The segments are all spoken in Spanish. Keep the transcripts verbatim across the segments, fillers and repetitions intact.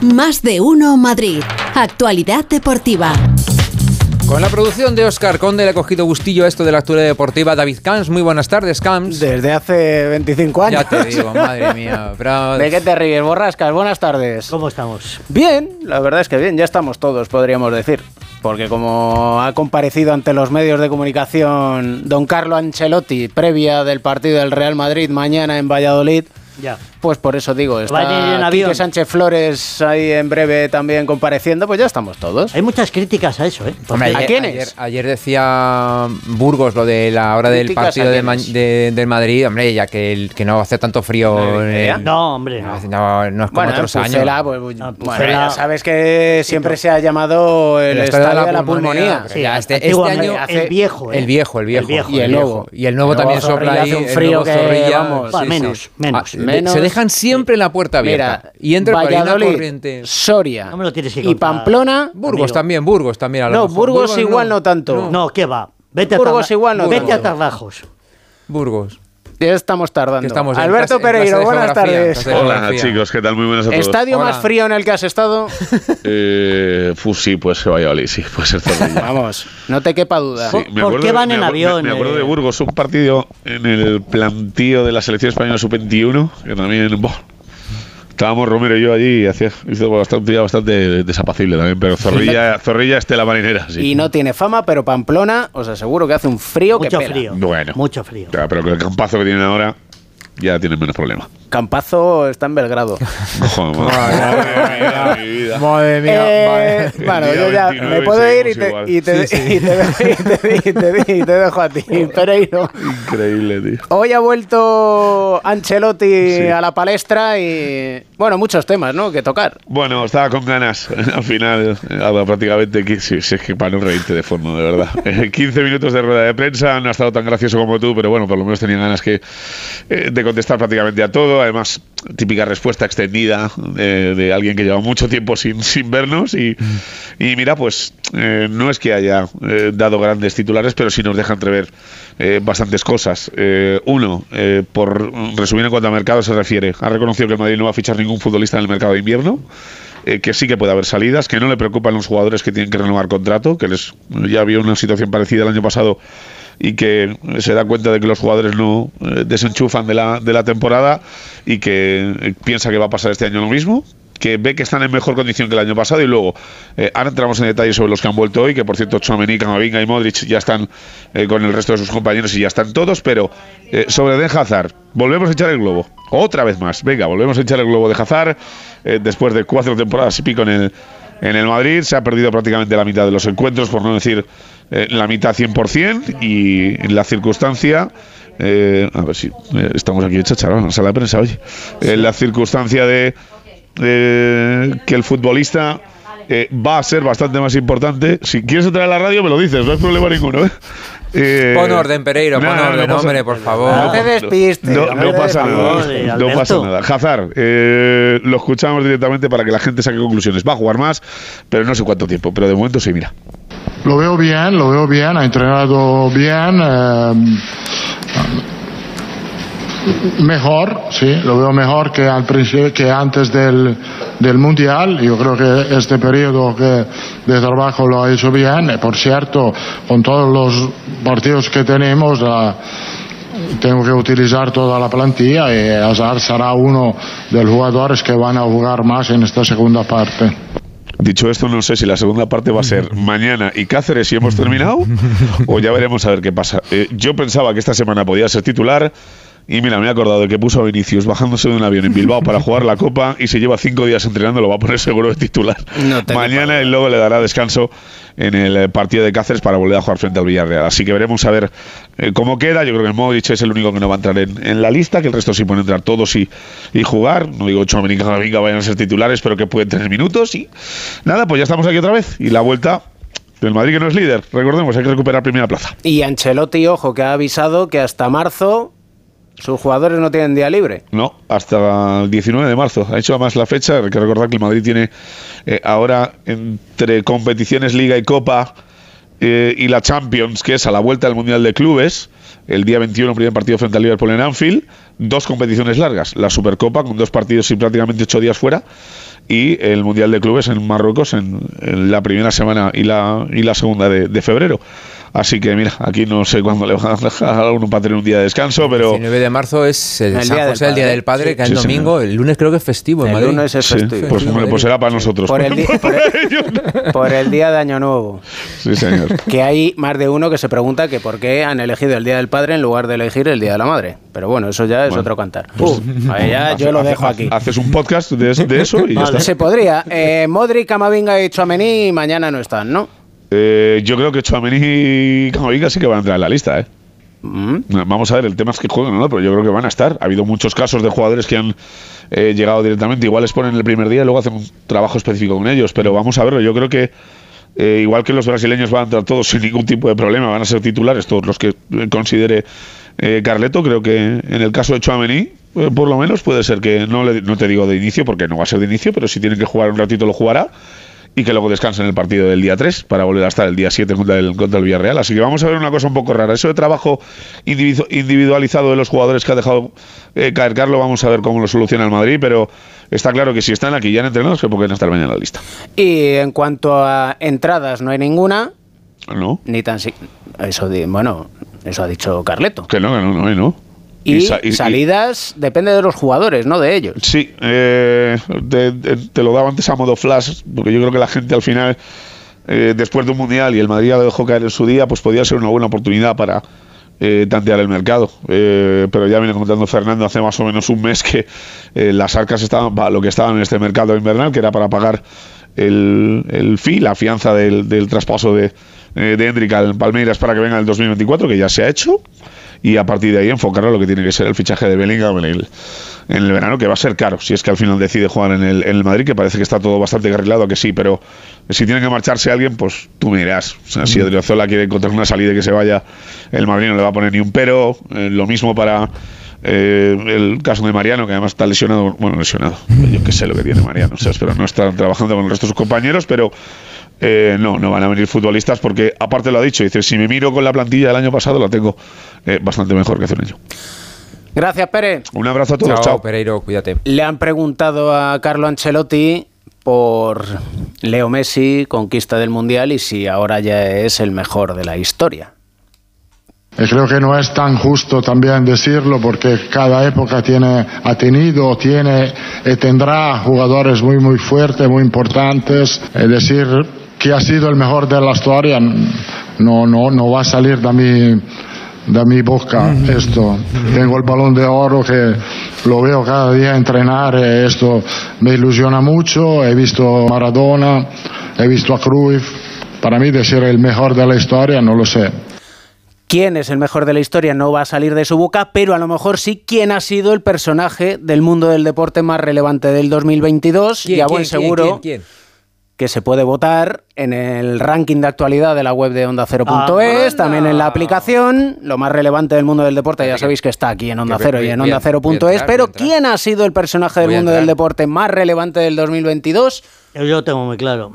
Más de Uno Madrid. Actualidad deportiva. Con la producción de Óscar Conde le ha cogido gustillo a esto de la actualidad deportiva. David Camps, muy buenas tardes, Camps. Desde hace veinticinco años. Ya te digo, madre mía. Pero... ¿De qué te ríes, Borrascas? Buenas tardes. ¿Cómo estamos? Bien, la verdad es que bien, ya estamos todos, podríamos decir. Porque como ha comparecido ante los medios de comunicación don Carlo Ancelotti, previa del partido del Real Madrid mañana en Valladolid, ya. Pues por eso digo, está en avión. Quique Sánchez Flores ahí en breve también compareciendo, pues ya estamos todos. Hay muchas críticas a eso, ¿eh? Hombre, ¿A ayer, quiénes? Ayer, ayer decía Burgos lo de la hora del partido de, de, del Madrid, hombre, ya que, el, que no hace tanto frío. No, el, no hombre, no. No, no es como bueno, otros Pucela, años. Pues, no, bueno, ya sabes que siempre se ha llamado el, el estadio de la, de la pulmonía. pulmonía. Sí, ya este, este año hace, el viejo, ¿eh? El viejo, el viejo. El viejo y el nuevo. Y el nuevo el también nuevo sopla ahí. Hace un frío que, Zorrilla, vamos, va, sí, menos, sí. menos, Ah, menos. Se dejan siempre la puerta abierta. Mira, y entra por ahí una corriente. Soria no me lo tienes que y contar, Pamplona. Burgos amigo. también, Burgos también. A lo No, mejor. Burgos, Burgos igual no, no tanto. No, no, ¿qué va? Vete Burgos a igual no Vete tanto. a Tarrajos. Burgos. Ya estamos tardando. Que estamos Alberto en clase, Pereiro, en clase de buenas geografía, tardes. clase de Hola geografía. chicos, ¿qué tal? Muy buenas a todos. ¿Estadio Hola. más frío en el que has estado? Eh, pues sí, pues Valladolid, sí, puede ser Zorrilla. Vamos, no te quepa duda. Sí, me ¿Por acuerdo- qué van me en acuerdo- avión, Me, me acuerdo eh? de Burgos, un partido en el plantío de la selección española sub veintiuno, que también, boh, estábamos Romero y yo allí y hacía, hizo bastante, un día bastante desapacible también, pero Zorrilla, Zorrilla Estela Marinera, sí. Y no tiene fama, pero Pamplona, os aseguro que hace un frío Mucho que pela. frío. Bueno. Mucho frío. Claro, pero con el campazo que tienen ahora ya tienen menos problema. Campazo está en Belgrado. Joder, madre mi vida. Madre mía. Eh, El bueno, día yo ya veintinueve me puedo ir y seguimos te, igual. y, te, Sí, sí. y, te, y, te, y, te, y te dejo a ti, Pereiro. Increíble, tío. Hoy ha vuelto Ancelotti Sí. a la palestra y, bueno, muchos temas, ¿no?, que tocar. Bueno, estaba con ganas. Al final, eh, prácticamente, sí, sí, es que para no reírte de fondo, de verdad. Eh, quince minutos de rueda de prensa, no ha estado tan gracioso como tú, pero bueno, por lo menos tenía ganas que, eh, de contestar prácticamente a todo. Además, típica respuesta extendida de, de alguien que lleva mucho tiempo sin, sin vernos. Y, y mira, pues eh, no es que haya eh, dado grandes titulares, pero sí nos deja entrever eh, bastantes cosas. Eh, uno, eh, por resumir en cuanto a mercado se refiere, ha reconocido que el Madrid no va a fichar ningún futbolista en el mercado de invierno. Eh, que sí que puede haber salidas, que no le preocupan los jugadores que tienen que renovar contrato, que les ya había una situación parecida el año pasado y que se da cuenta de que los jugadores no eh, desenchufan de la, de la temporada y que eh, piensa que va a pasar este año lo mismo, que ve que están en mejor condición que el año pasado. Y luego, eh, ahora entramos en detalles sobre los que han vuelto hoy, que por cierto Tchouaméni, Camavinga y Modric ya están eh, con el resto de sus compañeros y ya están todos, pero eh, sobre Eden Hazard, volvemos a echar el globo, otra vez más, venga, volvemos a echar el globo de Hazard, eh, después de cuatro temporadas y pico en el, en el Madrid, se ha perdido prácticamente la mitad de los encuentros, por no decir eh, la mitad cien por ciento, y la circunstancia... Eh, a ver si eh, estamos aquí hecha charla en la sala de prensa, oye, eh, la circunstancia de Eh, que el futbolista eh, va a ser bastante más importante. Si quieres entrar a la radio me lo dices, no hay problema ninguno, ¿eh? Eh, Pon orden, Pereiro, pon no, orden, no pasa- hombre, por favor. No te despistes. No, no te pasa despistes. nada. No pasa nada. Hazard, eh, lo escuchamos directamente para que la gente saque conclusiones. Va a jugar más, pero no sé cuánto tiempo. Pero de momento sí, mira. Lo veo bien, lo veo bien, ha entrenado bien. Eh, mejor, sí, lo veo mejor que al principio, que antes del, del Mundial. Yo creo que este periodo que de trabajo lo ha hecho bien. Por cierto, con todos los partidos que tenemos, la, tengo que utilizar toda la plantilla y Hazard será uno de los jugadores que van a jugar más en esta segunda parte. Dicho esto, no sé si la segunda parte va a ser mañana y Cáceres y hemos terminado, o ya veremos a ver qué pasa. Eh, yo pensaba que esta semana podía ser titular. Y mira, me he acordado de que puso a Vinicius bajándose de un avión en Bilbao para jugar la Copa y se lleva cinco días entrenando, lo va a poner seguro de titular. No te Mañana y luego le dará descanso en el partido de Cáceres para volver a jugar frente al Villarreal. Así que veremos a ver eh, cómo queda. Yo creo que Modric es el único que no va a entrar en, en la lista, que el resto sí pueden entrar todos y, y jugar. No digo Tchouaméni y Camavinga vayan a ser titulares, pero que pueden tener minutos. Y nada, pues ya estamos aquí otra vez. Y la vuelta del Madrid, que no es líder. Recordemos, hay que recuperar primera plaza. Y Ancelotti, ojo, que ha avisado que hasta marzo sus jugadores no tienen día libre. No, hasta el diecinueve de marzo. Ha hecho además la fecha. Hay que recordar que el Madrid tiene eh, ahora entre competiciones Liga y Copa eh, y la Champions, que es a la vuelta del Mundial de Clubes, el día veintiuno, primer partido frente al Liverpool en Anfield, dos competiciones largas, la Supercopa con dos partidos y prácticamente ocho días fuera, y el Mundial de Clubes en Marruecos en, en la primera semana y la, y la segunda de, de febrero. Así que mira, aquí no sé cuándo le van a dejar a uno para tener un día de descanso, pero... El diecinueve de marzo es el, el San día José, del el Día del Padre, sí, que es sí, el domingo, señor. el lunes creo que es festivo en El Madrid. lunes es Sí, festivo. pues, bueno, pues será para nosotros. Por el, di- por, el, por el día de Año Nuevo. Sí, señor. Que hay más de uno que se pregunta que por qué han elegido el Día del Padre en lugar de elegir el Día de la Madre. Pero bueno, eso ya es Bueno, otro cantar. Uh, ahí ya yo lo Hace- dejo hace- aquí. Haces un podcast de, de eso y ya Vale. está. Se podría. Eh, Modric, Camavinga y Tchouaméni mañana no están, ¿no? Eh, yo creo que Tchouaméni y Camavinga sí que van a entrar en la lista, ¿eh? Mm. Vamos a ver, el tema es que juegan o no, pero yo creo que van a estar. Ha habido muchos casos de jugadores que han eh, llegado directamente, igual les ponen el primer día y luego hacen un trabajo específico con ellos, pero vamos a verlo. Yo creo que eh, igual que los brasileños van a entrar todos sin ningún tipo de problema, van a ser titulares todos los que eh, considere eh, Carleto. Creo que en el caso de Tchouaméni, eh, por lo menos puede ser que no, le, no te digo de inicio, porque no va a ser de inicio, pero si tienen que jugar un ratito lo jugará. Y que luego descansen el partido del día tres para volver a estar el día siete contra el, contra el Villarreal. Así que vamos a ver una cosa un poco rara. Eso de trabajo individu- individualizado de los jugadores que ha dejado eh, caer Carlo, vamos a ver cómo lo soluciona el Madrid, pero está claro que si están aquí ya han entrenado, que porque no estar mañana en la lista. Y en cuanto a entradas, no hay ninguna, ¿No? ni tan si eso di- bueno, eso ha dicho Carleto. Que no, que no, no, hay, no. Y, sa- y- salidas depende de los jugadores, no de ellos. Sí, eh, te, te- te lo daba antes a modo flash, porque yo creo que la gente al final, eh, después de un mundial y el Madrid ya lo dejó caer en su día, pues podía ser una buena oportunidad para eh, tantear el mercado. Eh, pero ya viene contando Fernando hace más o menos un mes que eh, las arcas estaban para lo que estaban en este mercado invernal, que era para pagar el, el fee, la fianza del, del traspaso de, eh, de Hendrik al Palmeiras para que venga el dos mil veinticuatro, que ya se ha hecho. Y a partir de ahí enfocarlo a lo que tiene que ser el fichaje de Bellingham en el, en el verano, que va a ser caro, si es que al final decide jugar en el, en el Madrid, que parece que está todo bastante carrilado, que sí, pero si tiene que marcharse alguien, pues tú me dirás. O sea, si Odriozola quiere encontrar una salida y que se vaya, el Madrid no le va a poner ni un pero. Eh, lo mismo para eh, el caso de Mariano, que además está lesionado, bueno, lesionado, yo qué sé lo que tiene Mariano, o sea, pero no está trabajando con el resto de sus compañeros, pero Eh, no, no van a venir futbolistas porque, aparte lo ha dicho, dice, si me miro con la plantilla del año pasado, la tengo eh, bastante mejor que hace un año. Gracias, Pérez. Un abrazo a todos, Chao, chao. Pereiro, cuídate. Le han preguntado a Carlo Ancelotti por Leo Messi, conquista del Mundial, y si ahora ya es el mejor de la historia. Y creo que no es tan justo también decirlo porque cada época tiene, ha tenido, tiene y tendrá jugadores muy muy fuertes, muy importantes. Es decir, que ha sido el mejor de la historia no, no, no va a salir de mi, de mi boca esto. Tengo el Balón de Oro que lo veo cada día entrenar y esto me ilusiona mucho. He visto a Maradona, he visto a Cruyff. Para mí decir el mejor de la historia no lo sé. Quién es el mejor de la historia no va a salir de su boca, pero a lo mejor sí quién ha sido el personaje del mundo del deporte más relevante del dos mil veintidós. ¿Quién, y a quién, buen seguro quién, quién, quién? que se puede votar en el ranking de actualidad de la web de onda cero punto es, Ah, también en la aplicación. Lo más relevante del mundo del deporte ya sabéis que está aquí en Onda Que Cero voy- y en voy a- onda cero punto es, voy a entrar, pero voy a entrar. ¿quién ha sido el personaje del Voy a mundo del entrar. deporte más relevante del dos mil veintidós? Yo lo tengo muy claro.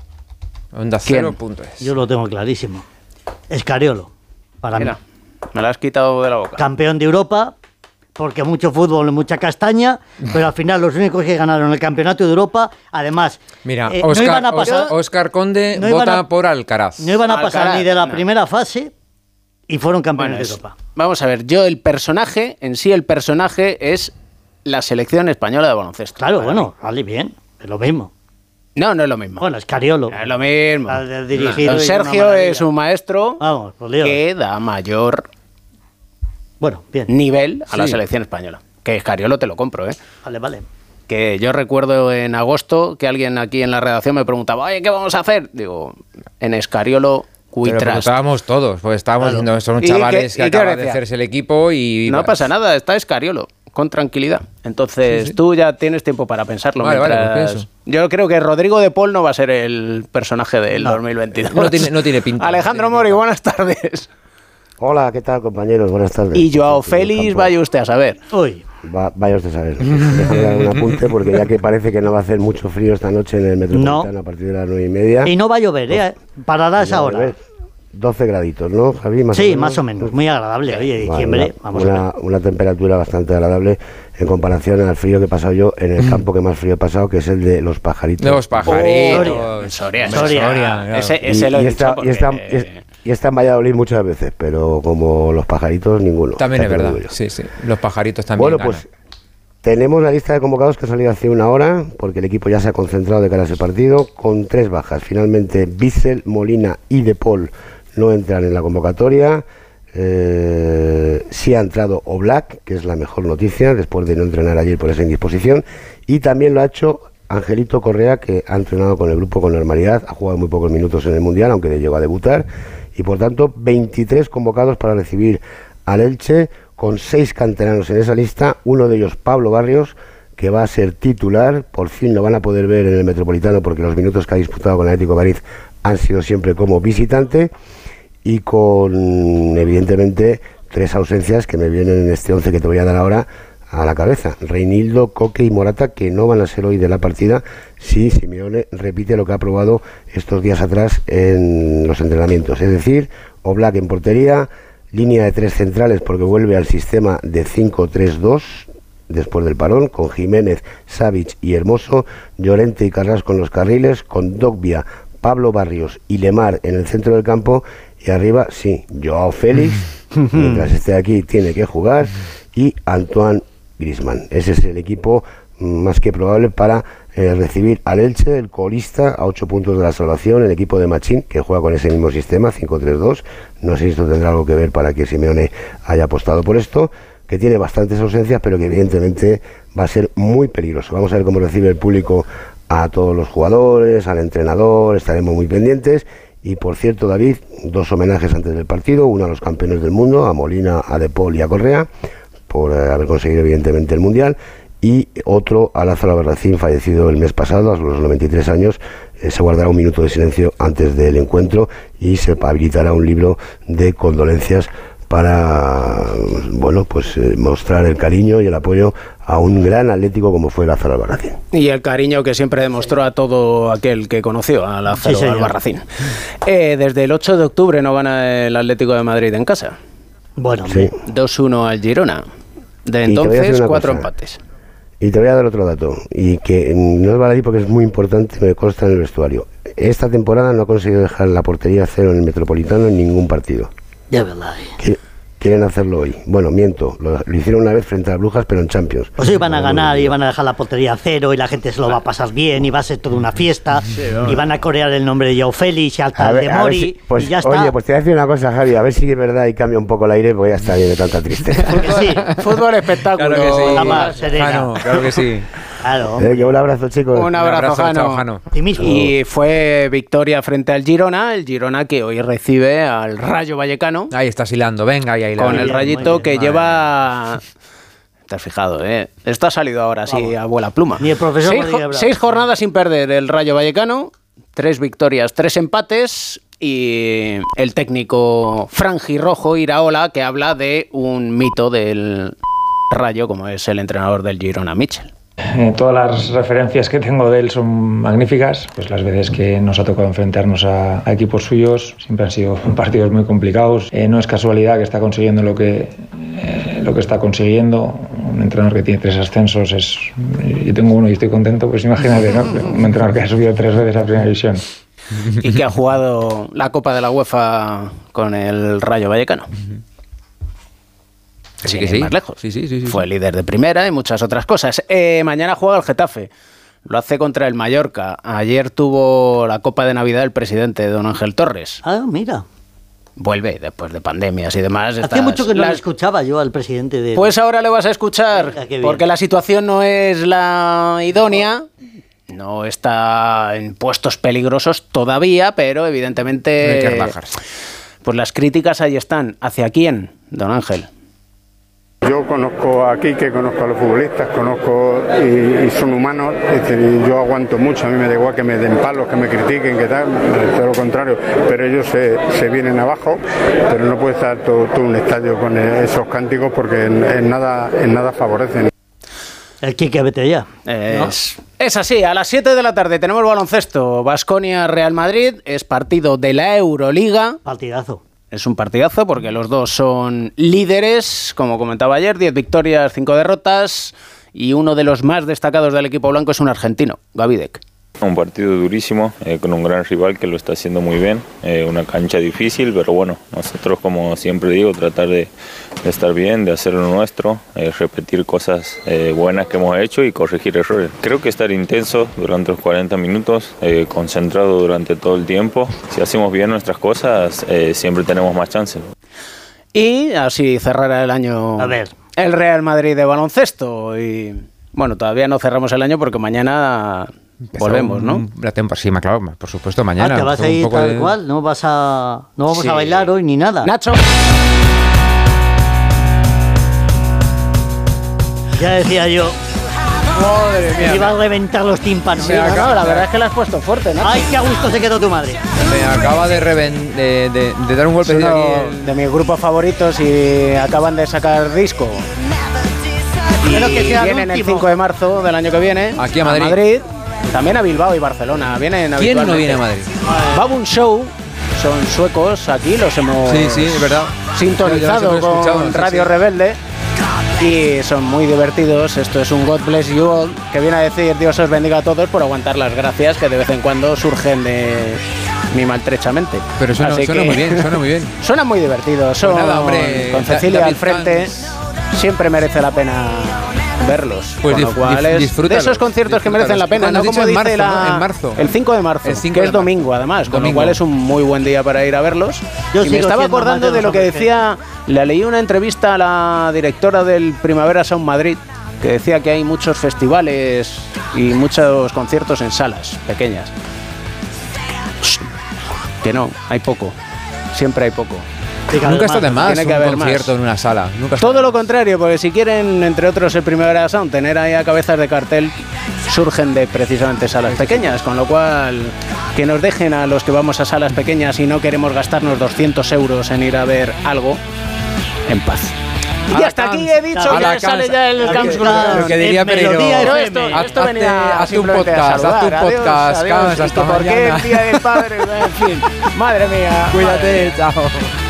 Onda ¿Quién? cero punto es. Yo lo tengo clarísimo. Escariolo, para Mira, mí. me la has quitado de la boca. Campeón de Europa, porque mucho fútbol, mucha castaña, pero al final los únicos que ganaron el campeonato de Europa, además, Mira, eh, no Oscar, iban a pasar, Os- Oscar Conde no iban vota a- por Alcaraz. no iban a pasar Alcaraz, ni de la no. primera fase y fueron campeones Bueno, de es- Europa. vamos a ver, yo el personaje, en sí el personaje es la selección española de baloncesto. Claro, Para bueno, vale, bien, es lo mismo. mí. No, no es lo mismo. Bueno, Escariolo. No es lo mismo. Al de dirigido Don y Sergio una maravilla. es un maestro Vamos, por Dios. que da mayor Bueno, bien. nivel a la Sí. selección española. Que Escariolo te lo compro, ¿eh? Vale, vale. Que yo recuerdo en agosto que alguien aquí en la redacción me preguntaba, oye, ¿qué vamos a hacer? Digo, en Escariolo, Pero porque Cuitras. estábamos todos, pues estábamos Claro. diciendo, son ¿Y chavales qué- que y qué acaban de decía? hacerse el equipo y... No pues, pasa nada, está Escariolo, con tranquilidad. Entonces, Sí, sí. tú ya tienes tiempo para pensarlo. Vale, vale, mientras- pues pienso. Yo creo que Rodrigo de Paul no va a ser el personaje del No. dos mil veintidós. No tiene- no tiene pinta, Alejandro no tiene Mori, pinta. buenas tardes. Hola, ¿qué tal, compañeros? Buenas tardes. Y Joao Aquí en el Félix, campo. vaya usted a saber. Uy, Va- vaya usted a saber. Déjame dar un apunte porque ya que parece que no va a hacer mucho frío esta noche en el Metropolitano No. a partir de las nueve y media. y no va a llover, ¿eh? Parará esa No, hora. bebé. doce graditos, ¿no, Javi? Más sí, o menos. Más o menos, muy agradable. Oye, diciembre, vale, una, vamos una, a ver. Una temperatura bastante agradable en comparación al frío que he pasado yo en el campo que más frío he pasado, que es el de los pajaritos. Los pajaritos. Oh, Soria, Soria, Soria, claro. Ese, Y, ese lo he y, dicho está, porque... y, está, y está en Valladolid muchas veces, pero como los pajaritos, ninguno. También es verdad, yo. sí, sí. Los pajaritos también Bueno, ganan. pues tenemos la lista de convocados que ha salido hace una hora, porque el equipo ya se ha concentrado de cara a ese partido, con tres bajas. Finalmente, Bissell, Molina y De Paul no entran en la convocatoria. Eh, sí ha entrado Oblak, que es la mejor noticia, después de no entrenar ayer por esa indisposición. Y también lo ha hecho Angelito Correa, que ha entrenado con el grupo con normalidad, ha jugado muy pocos minutos en el Mundial, aunque llegó a debutar. Y por tanto, veintitrés convocados para recibir al Elche, con seis canteranos en esa lista, uno de ellos Pablo Barrios, que va a ser titular. Por fin lo van a poder ver en el Metropolitano, porque los minutos que ha disputado con el Atlético de Madrid han sido siempre como visitante, y con, evidentemente, tres ausencias que me vienen en este once que te voy a dar ahora a la cabeza: Reinildo, Coque y Morata, que no van a ser hoy de la partida si Simeone repite lo que ha probado estos días atrás en los entrenamientos, es decir, Oblak en portería, línea de tres centrales porque vuelve al sistema de cinco tres dos después del parón, con Jiménez, Savic y Hermoso, Llorente y Carrasco en los carriles, con Dogbia, Pablo Barrios y Lemar en el centro del campo, y arriba, sí, Joao Félix, mientras esté aquí tiene que jugar, y Antoine Griezmann. Ese es el equipo más que probable para eh, recibir al Elche, el colista, a ocho puntos de la salvación, el equipo de Machín, que juega con ese mismo sistema, cinco tres dos. No sé si esto tendrá algo que ver para que Simeone haya apostado por esto, que tiene bastantes ausencias, pero que evidentemente va a ser muy peligroso. Vamos a ver cómo recibe el público a todos los jugadores, al entrenador, estaremos muy pendientes. Y por cierto, David, dos homenajes antes del partido, uno a los campeones del mundo, a Molina, a De Paul y a Correa, por eh, haber conseguido evidentemente el Mundial, y otro a Lázaro Albarracín, fallecido el mes pasado a los noventa y tres años. Eh, se guardará un minuto de silencio antes del encuentro y se habilitará un libro de condolencias para, bueno, pues eh, mostrar el cariño y el apoyo a un gran atlético como fue Lázaro Albarracín. Y el cariño que siempre demostró a todo aquel que conoció a Lázaro sí, Albarracín. Eh, desde el ocho de octubre no gana el Atlético de Madrid en casa. Bueno, sí. dos uno al Girona. De entonces, cuatro cosa. empates. Y te voy a dar otro dato, y que no es baladí porque es muy importante, me consta en el vestuario. Esta temporada no ha conseguido dejar la portería cero en el Metropolitano en ningún partido. Ya verdad. ¿Qué? Quieren hacerlo hoy. Bueno, miento, lo, lo hicieron una vez frente a Brujas, pero en Champions. Pues iban a ganar y van a dejar la portería a cero y la gente se lo va a pasar bien y va a ser toda una fiesta, sí, y van a corear el nombre de Joao Félix y Alta de Mori, si, pues, y ya está. Oye, pues te voy a decir una cosa, Javi, a ver si es verdad y cambia un poco el aire, porque ya está bien de tanta tristeza. Porque sí, fútbol espectáculo. Claro que sí. Está más serena. Jano, claro que sí. Claro. Eh, que un abrazo, chicos. Un abrazo, un abrazo Jano. chao, Jano. Y fue victoria frente al Girona, el Girona que hoy recibe al Rayo Vallecano. Ahí estás hilando, venga, ahí, ahí Con la el Rayito bien, que madre. lleva... Te has fijado, ¿eh? Esto ha salido ahora sí a vuela pluma. Ni el profesor seis, jo seis jornadas sin perder el Rayo Vallecano, tres victorias, tres empates, y el técnico franjirrojo Iraola, que habla de un mito del Rayo, como es el entrenador del Girona, Michel. Eh, todas las referencias que tengo de él son magníficas, pues las veces que nos ha tocado enfrentarnos a, a equipos suyos siempre han sido partidos muy complicados. Eh, no es casualidad que está consiguiendo lo que, eh, lo que está consiguiendo. Un entrenador que tiene tres ascensos, es, yo tengo uno y estoy contento, pues imagínate, ¿no? Un entrenador que ha subido tres veces a Primera División. Y que ha jugado la Copa de la UEFA con el Rayo Vallecano. Sí, que sí. Más lejos. Sí, sí, sí, sí, Fue sí. líder de primera y muchas otras cosas. Eh, mañana juega el Getafe. Lo hace contra el Mallorca. Ayer tuvo la Copa de Navidad el presidente, don Ángel Torres. Ah, mira. Vuelve después de pandemias y demás. Hacía Estas, mucho que no las... le escuchaba yo al presidente de... Pues ahora le vas a escuchar, Venga, porque la situación no es la idónea. No está en puestos peligrosos todavía, pero evidentemente... No hay que relajarse. Pues las críticas ahí están. ¿Hacia quién, don Ángel? Yo conozco a Quique, conozco a los futbolistas, conozco y, y son humanos, es decir, yo aguanto mucho, a mí me da igual que me den palos, que me critiquen, que tal, todo lo contrario, pero ellos se, se vienen abajo, pero no puede estar todo, todo un estadio con esos cánticos porque en, en, nada, en nada favorecen. El Quique vete ya. Es, ¿no? Es así, a las siete de la tarde tenemos baloncesto. Baskonia-Real Madrid, es partido de la Euroliga. Partidazo. Es un partidazo porque los dos son líderes, como comentaba ayer, diez victorias, cinco derrotas, y uno de los más destacados del equipo blanco es un argentino, Gavidec. Un partido durísimo, eh, con un gran rival que lo está haciendo muy bien, eh, una cancha difícil, pero bueno, nosotros, como siempre digo, tratar de, de estar bien, de hacer lo nuestro, eh, repetir cosas eh, buenas que hemos hecho y corregir errores. Creo que estar intenso durante los cuarenta minutos, eh, concentrado durante todo el tiempo. Si hacemos bien nuestras cosas, eh, siempre tenemos más chances. Y así cerrará el año A ver. el Real Madrid de baloncesto. Y bueno, todavía no cerramos el año porque mañana... volvemos, ¿no? La temporada, sí, claro, por supuesto, mañana. Ah, ¿te vas a ir tal de... cual? ¿No vas a, no vamos sí. a bailar hoy ni nada? Nacho. Ya decía yo. Madre mía. Que iba a reventar los tímpanos. Sí, no, no, la verdad es que la has puesto fuerte, ¿no? Ay, qué a gusto se quedó tu madre. Me acaba de, reven, de, de, de dar un golpe de aquí. El... de mis grupos favoritos y acaban de sacar disco. Y que vienen el cinco de marzo del año que viene aquí a Madrid. a Madrid, también a Bilbao y Barcelona. Vienen ¿Quién no viene a Madrid? Babun Show, son suecos, aquí los hemos sí, sí, es verdad. sintonizado hemos con escuchado, Radio sí, sí. Rebelde, y son muy divertidos. Esto es un God Bless You All, que viene a decir Dios os bendiga a todos por aguantar las gracias que de vez en cuando surgen de mi maltrechamente. Pero suena, Así suena que, muy bien, suena muy bien. Suena muy divertidos, son pues nada, hombre, con Cecilia David al frente. Fans. Siempre merece la pena verlos. Pues con lo cual es de esos conciertos que merecen la pena, no como dice marzo, la, ¿no? En marzo. El cinco de marzo, cinco que de es domingo además, con domingo. lo cual es un muy buen día para ir a verlos. Yo y me estaba acordando de lo que decía, le leí una entrevista a la directora del Primavera Sound Madrid, que decía que hay muchos festivales y muchos conciertos en salas pequeñas. Que no, hay poco, siempre hay poco. Nunca está de más Tiene que un haber concierto más. en una sala. Nunca Todo lo contrario, porque si quieren, entre otros, el Primavera Sound, tener ahí a cabezas de cartel, surgen de precisamente salas pequeñas, con lo cual que nos dejen a los que vamos a salas pequeñas y no queremos gastarnos doscientos euros en ir a ver algo, en paz. Y hasta aquí he dicho que ya sale ya el Camps Lo que diría Pereiro, esto venía hazte un podcast, hazte un podcast, ¿Por qué el día del padre? En fin, madre mía. Cuídate, chao.